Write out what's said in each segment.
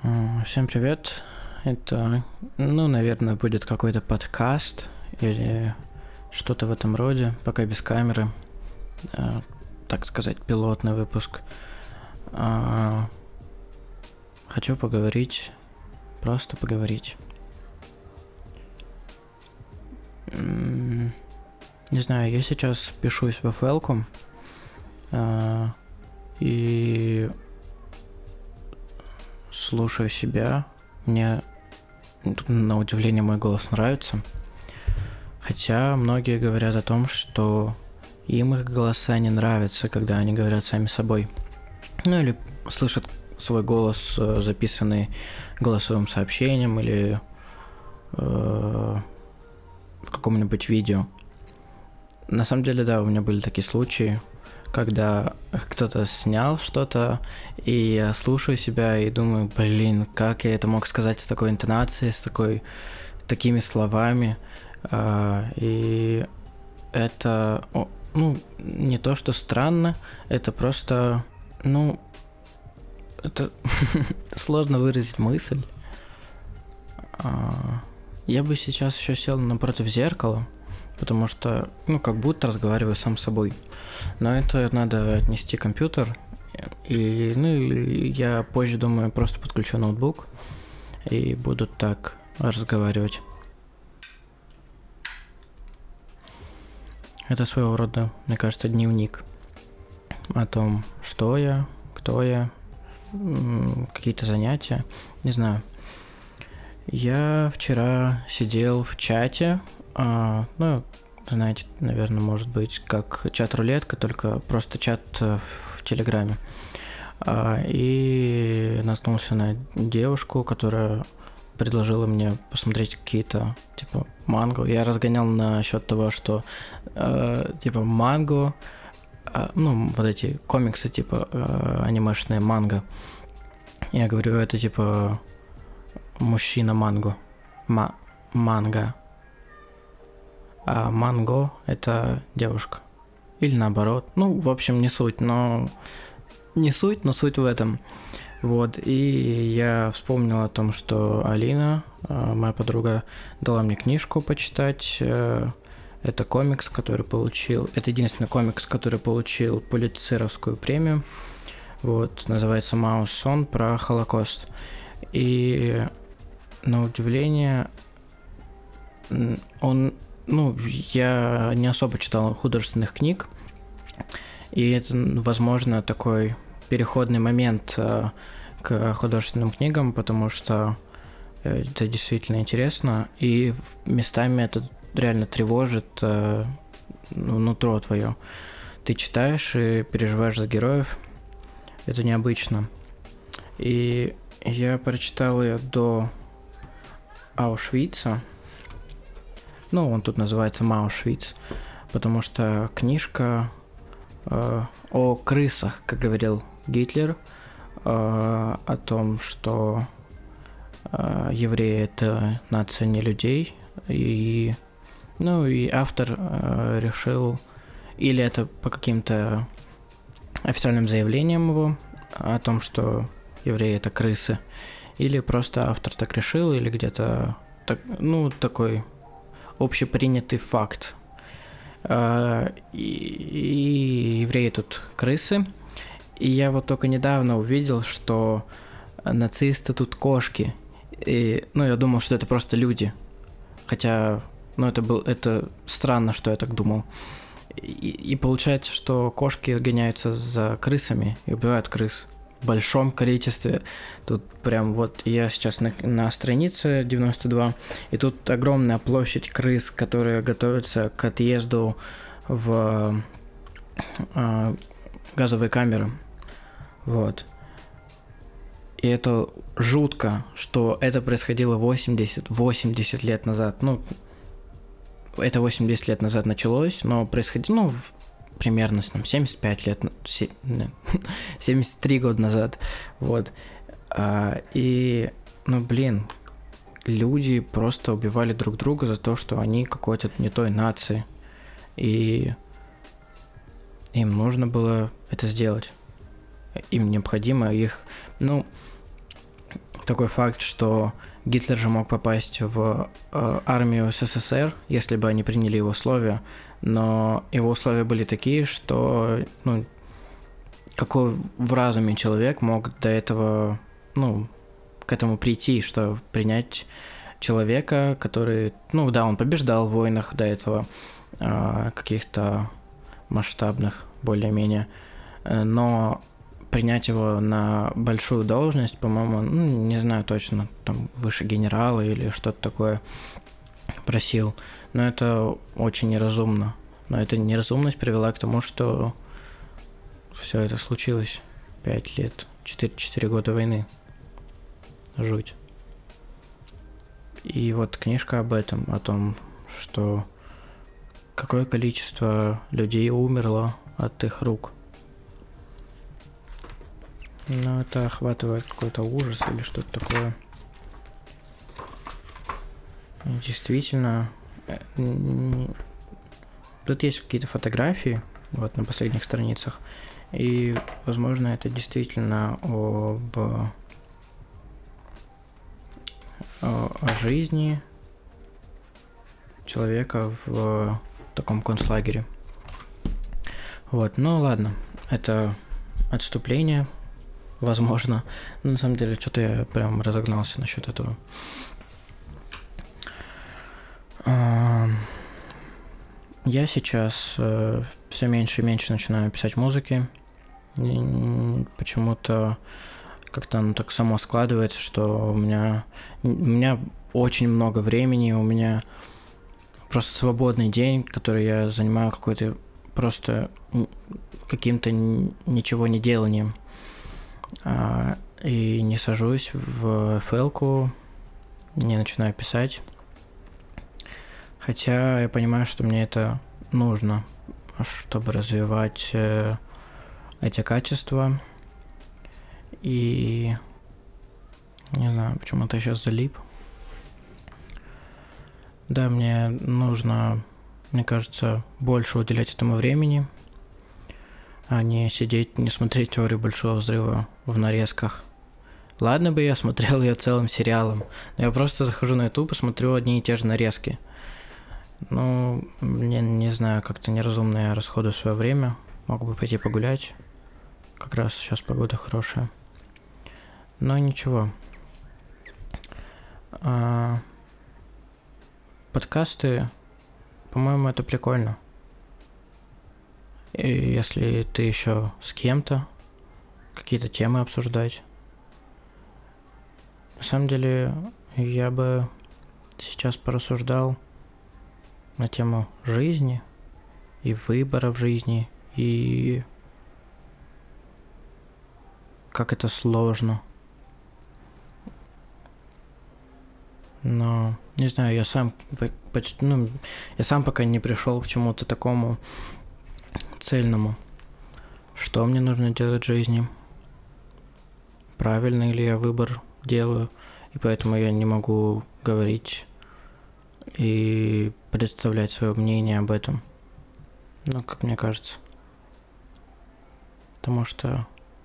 Всем привет. Это, наверное, будет какой-то подкаст или что-то в этом роде, пока без камеры. Так сказать, пилотный выпуск. Хочу поговорить, просто поговорить. Не знаю, я сейчас пишусь в FL-ку, и слушаю себя. Мне, на удивление, мой голос нравится. Хотя многие говорят о том, что им их голоса не нравятся, когда они говорят сами собой. Или слышат свой голос, записанный голосовым сообщением или в каком-нибудь видео. На самом деле, да, у меня были такие случаи, когда кто-то снял что-то, и я слушаю себя и думаю, как я это мог сказать с такой интонацией, такими словами. И это, не то, что странно, это просто, это сложно выразить мысль. Я бы сейчас еще сел напротив зеркала, потому что, как будто разговариваю сам с собой. Но это надо отнести компьютер, и я позже, думаю, просто подключу ноутбук и буду так разговаривать. Это своего рода, мне кажется, дневник о том, что я, кто я, какие-то занятия, не знаю. Я вчера сидел в чате, знаете, наверное, может быть, как чат-рулетка, только просто чат в Телеграме. И наткнулся на девушку, которая предложила мне посмотреть какие-то, манго. Я разгонял насчет того, что, манго, вот эти комиксы, анимешные манго. Я говорю, это, мужчина-манго. Манго. А манго – это девушка. Или наоборот. В общем, не суть, но суть в этом. Вот, и я вспомнил о том, что Алина, моя подруга, дала мне книжку почитать. Это комикс, который получил... Это единственный комикс, который получил Пулитцеровскую премию. Вот, называется «Маус Сон», про Холокост. И, на удивление, я не особо читал художественных книг, и это, возможно, такой переходный момент к художественным книгам, потому что это действительно интересно, и местами это реально тревожит нутро твое. Ты читаешь и переживаешь за героев, это необычно. И я прочитал ее до Аушвица. Он тут называется Маушвиц, потому что книжка о крысах, как говорил Гитлер, о том, что евреи – это нация не людей, и автор решил, или это по каким-то официальным заявлениям его, о том, что евреи – это крысы, или просто автор так решил, или где-то такой общепринятый факт. И евреи тут крысы. И я вот только недавно увидел, что нацисты тут кошки. И, я думал, что это просто люди. Хотя, это странно, что я так думал. И получается, что кошки гоняются за крысами и убивают крыс в большом количестве. Тут прям вот я сейчас на странице 92, и тут огромная площадь крыс, которые готовятся к отъезду в газовые камеры. Вот. И это жутко, что это происходило 80 лет назад. Это 80 лет назад началось, но происходило, примерно 75 лет, 73 года назад, вот. И, люди просто убивали друг друга за то, что они какой-то не той нации, и им нужно было это сделать. Им необходимо их, такой факт, что Гитлер же мог попасть в армию СССР, если бы они приняли его условия, но его условия были такие, что, ну, какой в разуме человек мог до этого, ну, к этому прийти, что принять человека, который, ну да, он побеждал в войнах до этого, каких-то масштабных, более-менее, но принять его на большую должность, по-моему, ну, не знаю точно, там, выше генерала или что-то такое просил, но это очень неразумно. Но эта неразумность привела к тому, что все это случилось. 5 лет, 4 года войны. Жуть. И вот книжка об этом, о том, что какое количество людей умерло от их рук. Но это охватывает какой-то ужас или что-то такое. И действительно, тут есть какие-то фотографии, вот на последних страницах, и, возможно, это действительно о жизни человека в таком концлагере. Вот, ну ладно, это отступление, возможно. Но на самом деле, что-то я прям разогнался насчет этого. Я сейчас все меньше и меньше начинаю писать музыки. И почему-то как-то оно так само складывается, что у меня очень много времени, у меня просто свободный день, который я занимаю какой-то просто каким-то ничего не деланием. И не сажусь в FL-ку, не начинаю писать. Хотя я понимаю, что мне это нужно, чтобы развивать эти качества. И не знаю, почему-то я сейчас залип. Да, мне нужно, мне кажется, больше уделять этому времени, а не сидеть, не смотреть «Теорию большого взрыва» в нарезках. Ладно бы я смотрел ее целым сериалом, но я просто захожу на YouTube и смотрю одни и те же нарезки. Ну, мне не знаю, как-то неразумно я расходую свое время. Мог бы пойти погулять. Как раз сейчас погода хорошая. Но ничего. Подкасты, по-моему, это прикольно. И если ты еще с кем-то, какие-то темы обсуждать. На самом деле, я бы сейчас порассуждал на тему жизни и выбора в жизни, и как это сложно. Но, не знаю, я сам пока не пришел к чему-то такому цельному. Что мне нужно делать в жизни? Правильный ли я выбор делаю? И поэтому я не могу говорить и представлять свое мнение об этом. Ну, как мне кажется. Потому что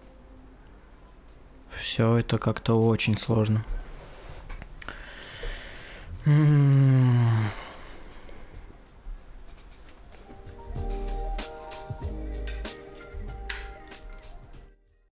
все это как-то очень сложно.